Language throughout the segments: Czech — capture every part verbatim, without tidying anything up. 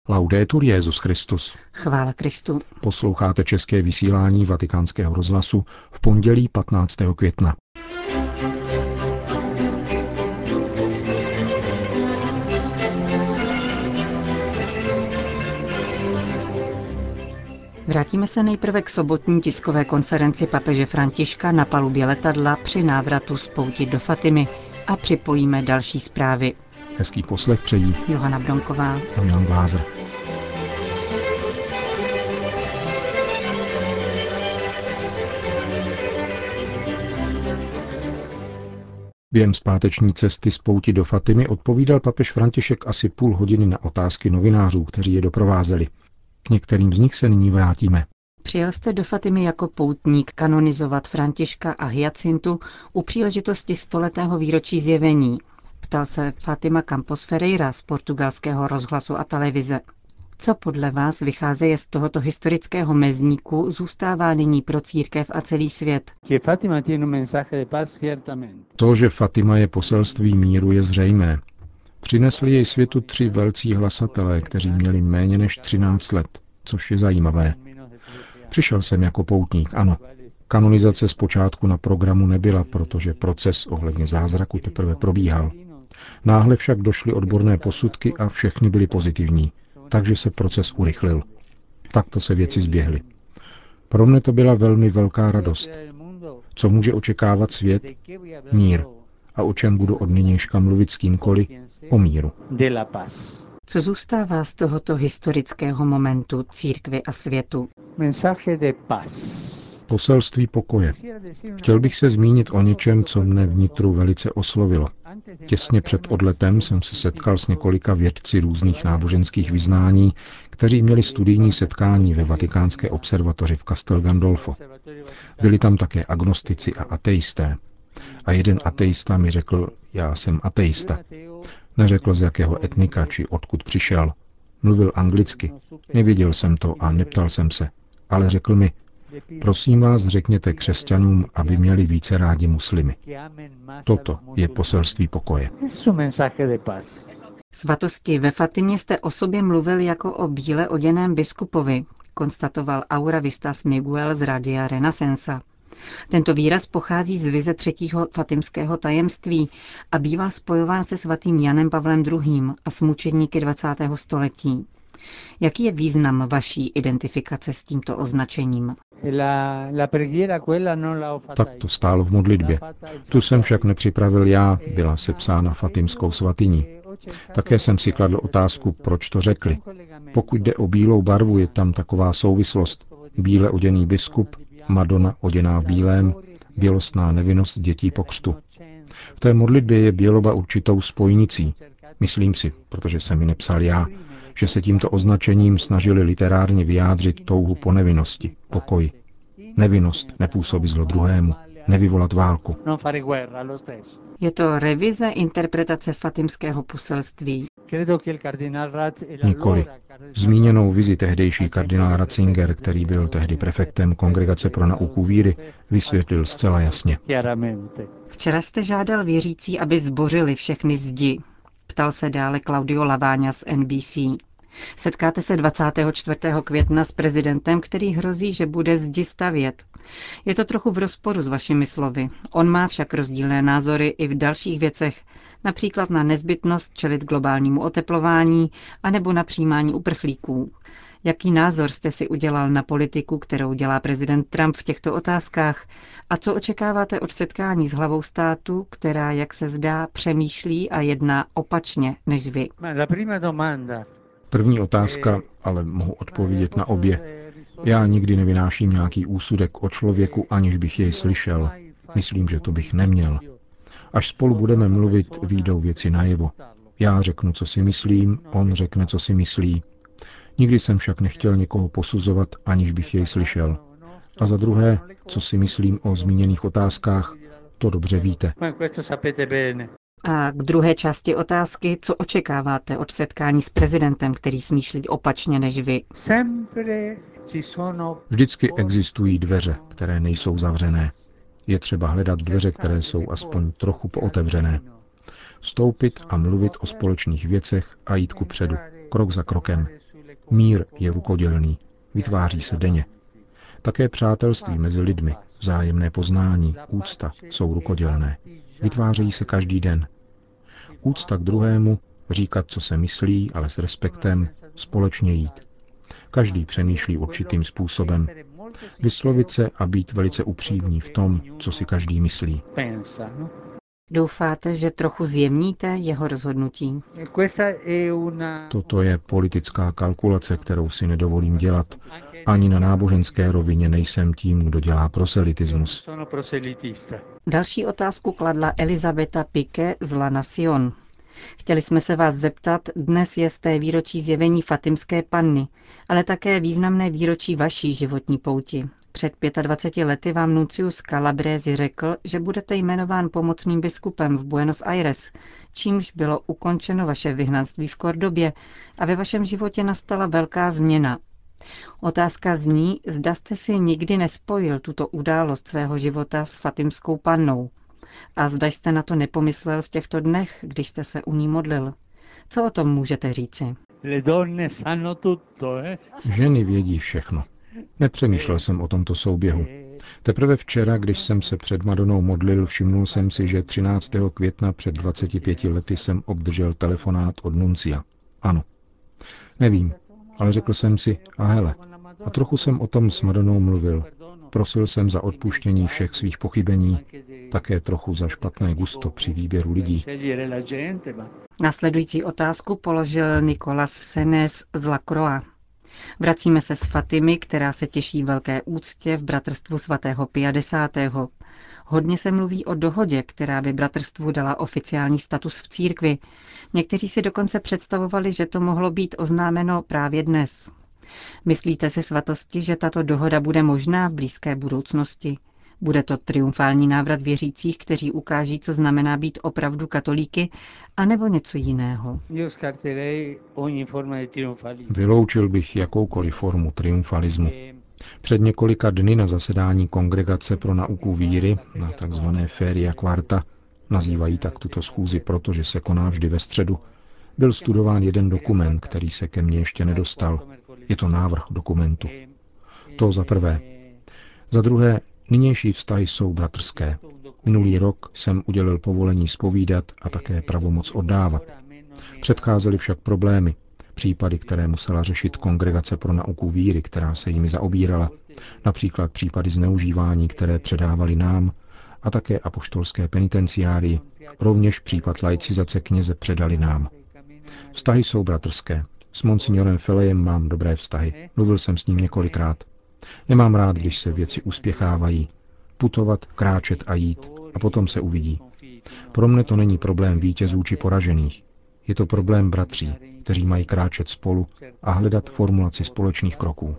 Laudetur Jesus Christus. Chvála Kristu. Posloucháte české vysílání Vatikánského rozhlasu v pondělí patnáctého května. Vrátíme se nejprve k sobotní tiskové konferenci papeže Františka na palubě letadla při návratu z pouti do Fatimy a připojíme další zprávy. Hezký poslech přejí Johana Bronková a Jan Glázer. Během zpáteční cesty z pouti do Fatimy odpovídal papež František asi půl hodiny na otázky novinářů, kteří je doprovázeli. K některým z nich se nyní vrátíme. Přijel jste do Fatimy jako poutník kanonizovat Františka a Hyacintu u příležitosti stoletého výročí zjevení. Ptal se Fátima Campos Ferreira z portugalského rozhlasu a televize. Co podle vás vycházeje z tohoto historického mezníku zůstává nyní pro církev a celý svět? To, že Fatima je poselství míru, je zřejmé. Přinesli jej světu tři velcí hlasatelé, kteří měli méně než třináct let, což je zajímavé. Přišel jsem jako poutník, ano. Kanonizace zpočátku na programu nebyla, protože proces ohledně zázraku teprve probíhal. Náhle však došly odborné posudky a všechny byly pozitivní, takže se proces urychlil. Takto se věci zběhly. Pro mne to byla velmi velká radost. Co může očekávat svět? Mír. A o čem budu od nynějška mluvit s kýmkoliv? O míru. Co zůstává z tohoto historického momentu církvi a světu? Poselství pokoje. Chtěl bych se zmínit o něčem, co mne vnitru velice oslovilo. Těsně před odletem jsem se setkal s několika vědci různých náboženských vyznání, kteří měli studijní setkání ve Vatikánské observatoři v Castel Gandolfo. Byli tam také agnostici a ateisté. A jeden ateista mi řekl, já jsem ateista. Neřekl, z jakého etnika či odkud přišel. Mluvil anglicky. Nevěděl jsem to a neptal jsem se. Ale řekl mi, prosím vás, řekněte křesťanům, aby měli více rádi muslimy. Toto je poselství pokoje. Svatosti, ve Fatimě jste o sobě mluvil jako o bíle oděném biskupovi, konstatoval Aura Vistas Miguel z Radia Renacensa. Tento výraz pochází z vize třetího fatimského tajemství a býval spojován se svatým Janem Pavlem druhým. a s mučedníky dvacátého století. Jaký je význam vaší identifikace s tímto označením? Tak to stálo v modlitbě. Tu jsem však nepřipravil já, byla sepsána fatimskou svatyní. Také jsem si kladl otázku, proč to řekli. Pokud jde o bílou barvu, je tam taková souvislost. Bíle oděný biskup, Madonna oděná v bílém, bělostná nevinnost dětí po křtu. V té modlitbě je běloba určitou spojnicí. Myslím si, protože jsem ji nepsal já, že se tímto označením snažili literárně vyjádřit touhu po nevinnosti, pokoji. Nevinnost, nepůsobit zlo druhému, nevyvolat válku. Je to revize interpretace fatimského poselství? Nikoli. Zmíněnou vizi tehdejší kardinál Ratzinger, který byl tehdy prefektem Kongregace pro nauku víry, vysvětlil zcela jasně. Včera jste žádal věřící, aby zbořili všechny zdi. Ptal se dále Claudio Lavagna z N B C. Setkáte se dvacátého čtvrtého května s prezidentem, který hrozí, že bude zdi stavět. Je to trochu v rozporu s vašimi slovy. On má však rozdílné názory i v dalších věcech, například na nezbytnost čelit globálnímu oteplování anebo na přijímání uprchlíků. Jaký názor jste si udělal na politiku, kterou dělá prezident Trump v těchto otázkách? A co očekáváte od setkání s hlavou státu, která, jak se zdá, přemýšlí a jedná opačně než vy? První otázka, ale mohu odpovědět na obě. Já nikdy nevynáším nějaký úsudek o člověku, aniž bych jej slyšel. Myslím, že to bych neměl. Až spolu budeme mluvit, vyjdou věci najevo. Já řeknu, co si myslím, on řekne, co si myslí. Nikdy jsem však nechtěl někoho posuzovat, aniž bych jej slyšel. A za druhé, co si myslím o zmíněných otázkách, to dobře víte. A k druhé části otázky, co očekáváte od setkání s prezidentem, který smýšlí opačně než vy? Vždycky existují dveře, které nejsou zavřené. Je třeba hledat dveře, které jsou aspoň trochu pootevřené. Vstoupit a mluvit o společných věcech a jít kupředu, krok za krokem. Mír je rukodělný, vytváří se denně. Také přátelství mezi lidmi, vzájemné poznání, úcta jsou rukodělné. Vytvářejí se každý den. Úcta k druhému, říkat, co se myslí, ale s respektem, společně jít. Každý přemýšlí určitým způsobem. Vyslovit se a být velice upřímný v tom, co si každý myslí. Doufáte, že trochu zjemníte jeho rozhodnutí? Toto je politická kalkulace, kterou si nedovolím dělat. Ani na náboženské rovině nejsem tím, kdo dělá proselitismus. Další otázku kladla Elizabeta Pique z La Nación. Chtěli jsme se vás zeptat, dnes je z té výročí zjevení Fatimské panny, ale také významné výročí vaší životní pouti. Před dvaceti pěti lety vám nuncius Calabresi řekl, že budete jmenován pomocným biskupem v Buenos Aires, čímž bylo ukončeno vaše vyhnanství v Kordobě a ve vašem životě nastala velká změna. Otázka zní, zda jste si nikdy nespojil tuto událost svého života s Fatimskou pannou. A zda jste na to nepomyslel v těchto dnech, když jste se u ní modlil. Co o tom můžete říci? Ženy vědí všechno. Nepřemýšlel jsem o tomto souběhu. Teprve včera, když jsem se před Madonou modlil, všimnul jsem si, že třináctého května před dvaceti pěti lety jsem obdržel telefonát od nuncia. Ano. Nevím, ale řekl jsem si, a hele, a trochu jsem o tom s Madonou mluvil. Prosil jsem za odpuštění všech svých pochybení, také trochu za špatné gusto při výběru lidí. Následující otázku položil Nicolas Senes z La Croix. Vracíme se s Fatimy, která se těší velké úctě v bratrstvu svatého Pia desátého. Hodně se mluví o dohodě, která by bratrstvu dala oficiální status v církvi. Někteří si dokonce představovali, že to mohlo být oznámeno právě dnes. Myslíte si, svatosti, že tato dohoda bude možná v blízké budoucnosti? Bude to triumfální návrat věřících, kteří ukáží, co znamená být opravdu katolíky, anebo něco jiného? Vyloučil bych jakoukoliv formu triumfalismu. Před několika dny na zasedání Kongregace pro nauku víry, na tzv. Feria Quarta, nazývají tak tuto schůzi, protože se koná vždy ve středu, byl studován jeden dokument, který se ke mně ještě nedostal. Je to návrh dokumentu. To za prvé. Za druhé, nynější vztahy jsou bratrské. Minulý rok jsem udělil povolení zpovídat a také pravomoc oddávat. Předcházely však problémy, případy, které musela řešit Kongregace pro nauku víry, která se jimi zaobírala, například případy zneužívání, které předávali nám, a také apoštolské penitenciárii, rovněž případ laicizace kněze předali nám. Vztahy jsou bratrské. S monsignorem Felejem mám dobré vztahy. Mluvil jsem s ním několikrát. Nemám rád, když se věci uspěchávají. Putovat, kráčet a jít a potom se uvidí. Pro mne to není problém vítězů či poražených. Je to problém bratří, kteří mají kráčet spolu a hledat formulaci společných kroků.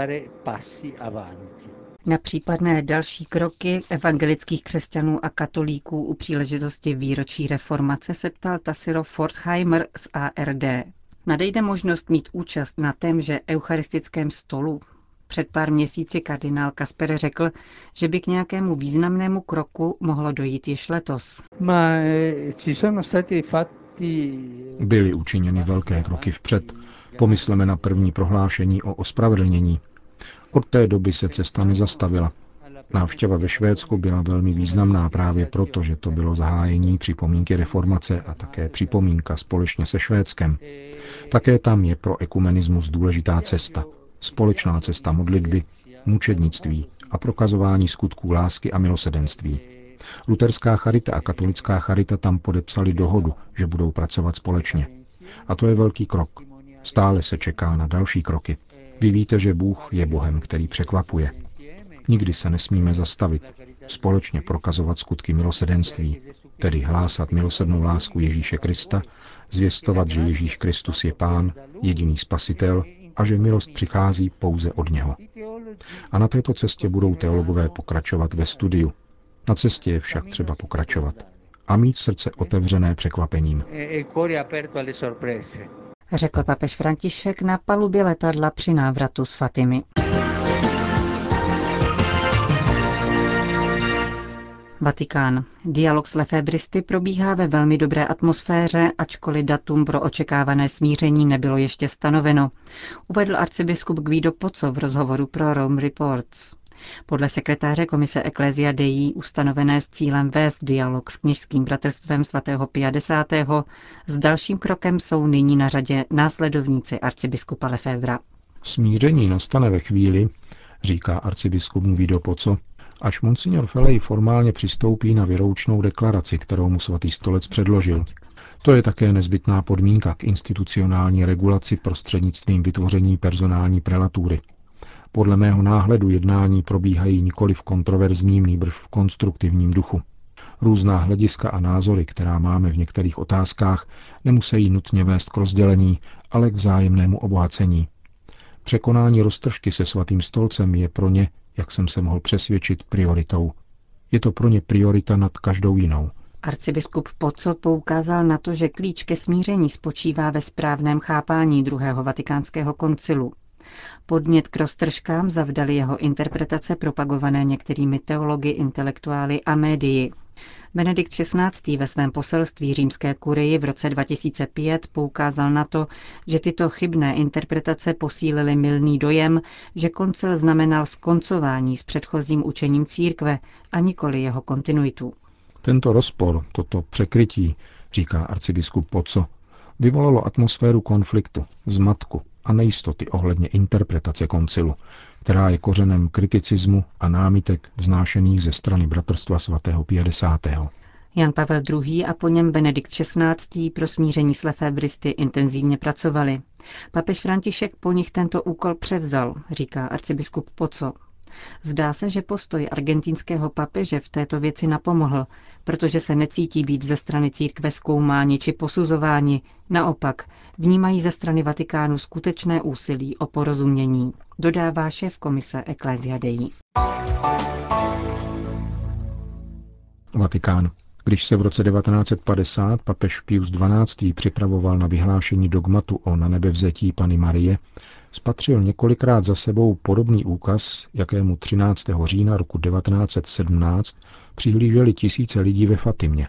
Na případné další kroky evangelických křesťanů a katolíků u příležitosti výročí reformace se ptal Tassilo Fortheimer z A R D. Nadejde možnost mít účast na témže eucharistickém stolu? Před pár měsíci kardinál Kasper řekl, že by k nějakému významnému kroku mohlo dojít již letos. Byly učiněny velké kroky vpřed. Pomysleme na první prohlášení o ospravedlnění. Od té doby se cesta nezastavila. Návštěva ve Švédsku byla velmi významná právě proto, že to bylo zahájení připomínky reformace a také připomínka společně se Švédskem. Také tam je pro ekumenismus důležitá cesta. Společná cesta modlitby, mučednictví a prokazování skutků lásky a milosedenství. Luterská charita a katolická charita tam podepsali dohodu, že budou pracovat společně. A to je velký krok. Stále se čeká na další kroky. Vy víte, že Bůh je Bohem, který překvapuje. Nikdy se nesmíme zastavit. Společně prokazovat skutky milosedenství, tedy hlásat milosrdnou lásku Ježíše Krista, zvěstovat, že Ježíš Kristus je Pán, jediný Spasitel a že milost přichází pouze od něho. A na této cestě budou teologové pokračovat ve studiu. Na cestě je však třeba pokračovat a mít srdce otevřené překvapením. Řekl papež František na palubě letadla při návratu z Fatimy. Vatikán. Dialog s lefébristy probíhá ve velmi dobré atmosféře, ačkoliv datum pro očekávané smíření nebylo ještě stanoveno, uvedl arcibiskup Guido Pozzo v rozhovoru pro Rome Reports. Podle sekretáře komise Ecclesia Dei, ustanovené s cílem vést dialog s kněžským bratrstvem svatého Pia desátého., s dalším krokem jsou nyní na řadě následovníci arcibiskupa Lefebvra. Smíření nastane ve chvíli, říká arcibiskup Guido Pozzo, až monsignor Felej formálně přistoupí na věroučnou deklaraci, kterou mu svatý stolec předložil. To je také nezbytná podmínka k institucionální regulaci prostřednictvím vytvoření personální prelatury. Podle mého náhledu jednání probíhají nikoli v kontroverzním, nýbrž v konstruktivním duchu. Různá hlediska a názory, která máme v některých otázkách, nemusí nutně vést k rozdělení, ale k vzájemnému obohacení. Překonání roztržky se svatým stolcem je pro ně, jak jsem se mohl přesvědčit, prioritou. Je to pro ně priorita nad každou jinou. Arcibiskup Pozzo poukázal na to, že klíč ke smíření spočívá ve správném chápání druhého vatikánského koncilu. Podnět k roztržkám zavdaly jeho interpretace propagované některými teology, intelektuály a médii. Benedikt šestnáctý. Ve svém poselství římské kurii v roce dva tisíce pět poukázal na to, že tyto chybné interpretace posílily mylný dojem, že koncil znamenal skoncování s předchozím učením církve a nikoli jeho kontinuitu. Tento rozpor, toto překrytí, říká arcibiskup Pozzo, vyvolalo atmosféru konfliktu, zmatku a nejistoty ohledně interpretace koncilu, která je kořenem kriticismu a námitek vznášených ze strany bratrstva svatého Pia desátého. Jan Pavel druhý. A po něm Benedikt šestnáctý. pro smíření s lefébristy intenzivně pracovali. Papež František po nich tento úkol převzal, říká arcibiskup Pozzo. Zdá se, že postoj argentinského papeže v této věci napomohl, protože se necítí být ze strany církve zkoumáni či posuzováni. Naopak, vnímají ze strany Vatikánu skutečné úsilí o porozumění, dodává šéf komise Ecclesia Dei. Vatikán. Když se v roce devatenáct set padesát papež Pius dvanáctý. připravoval na vyhlášení dogmatu o nanebevzetí Panny Marie, spatřil několikrát za sebou podobný úkaz, jakému třináctého října roku devatenáct set sedmnáct přihlíželi tisíce lidí ve Fatimě.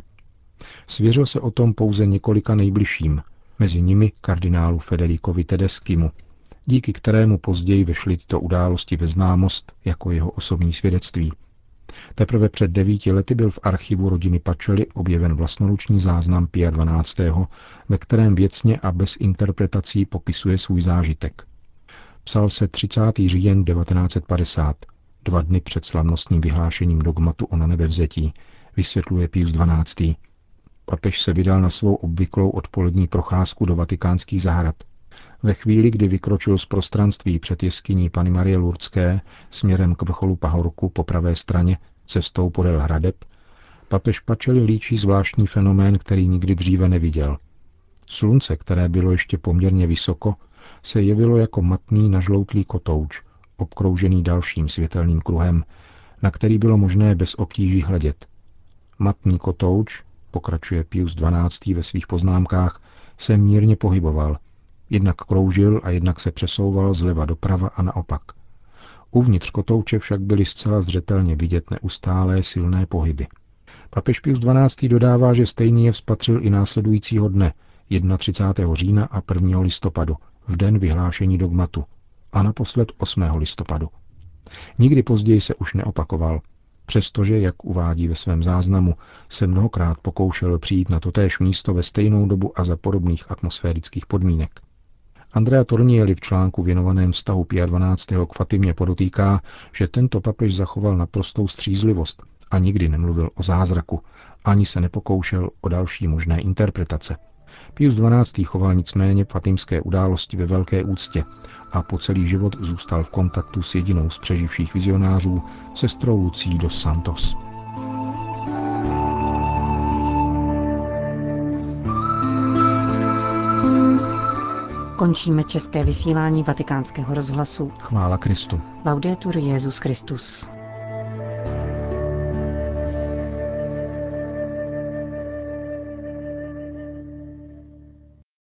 Svěřil se o tom pouze několika nejbližším, mezi nimi kardinálu Federikovi Tedeskimu, díky kterému později vešly tyto události ve známost jako jeho osobní svědectví. Teprve před devíti lety byl v archivu rodiny Pacelli objeven vlastnoruční záznam Pia dvanáctého., ve kterém věcně a bez interpretací popisuje svůj zážitek. Psal se třicátého října devatenáct set padesát, dva dny před slavnostním vyhlášením dogmatu o nanebevzetí, vysvětluje Pius dvanáctý. Papež se vydal na svou obvyklou odpolední procházku do vatikánských zahrad. Ve chvíli, kdy vykročil z prostranství před jeskyní Panny Marie Lurdské směrem k vrcholu pahorku po pravé straně cestou podél hradeb, papež Pacelli líčí zvláštní fenomén, který nikdy dříve neviděl. Slunce, které bylo ještě poměrně vysoko, se jevilo jako matný nažloutlý kotouč, obkroužený dalším světelným kruhem, na který bylo možné bez obtíží hledět. Matný kotouč, pokračuje Pius dvanáctý. ve svých poznámkách, se mírně pohyboval. Jednak kroužil a jednak se přesouval zleva doprava a naopak. Uvnitř kotouče však byly zcela zřetelně vidět neustálé silné pohyby. Papež Pius dvanáctý. dodává, že stejný je vzpatřil i následujícího dne, třicátého prvního října a prvního listopadu, v den vyhlášení dogmatu, a naposled osmého listopadu. Nikdy později se už neopakoval, přestože, jak uvádí ve svém záznamu, se mnohokrát pokoušel přijít na totéž místo ve stejnou dobu a za podobných atmosférických podmínek. Andrea Tornielli v článku věnovaném vztahu Pia dvanáctého. k Fatimě podotýká, že tento papež zachoval naprostou střízlivost a nikdy nemluvil o zázraku, ani se nepokoušel o další možné interpretace. Pius dvanáctý. choval nicméně fatimské události ve velké úctě a po celý život zůstal v kontaktu s jedinou z přeživších vizionářů, sestrou Lucí dos Santos. Končíme české vysílání Vatikánského rozhlasu. Chvála Kristu. Laudetur Jesus Christus.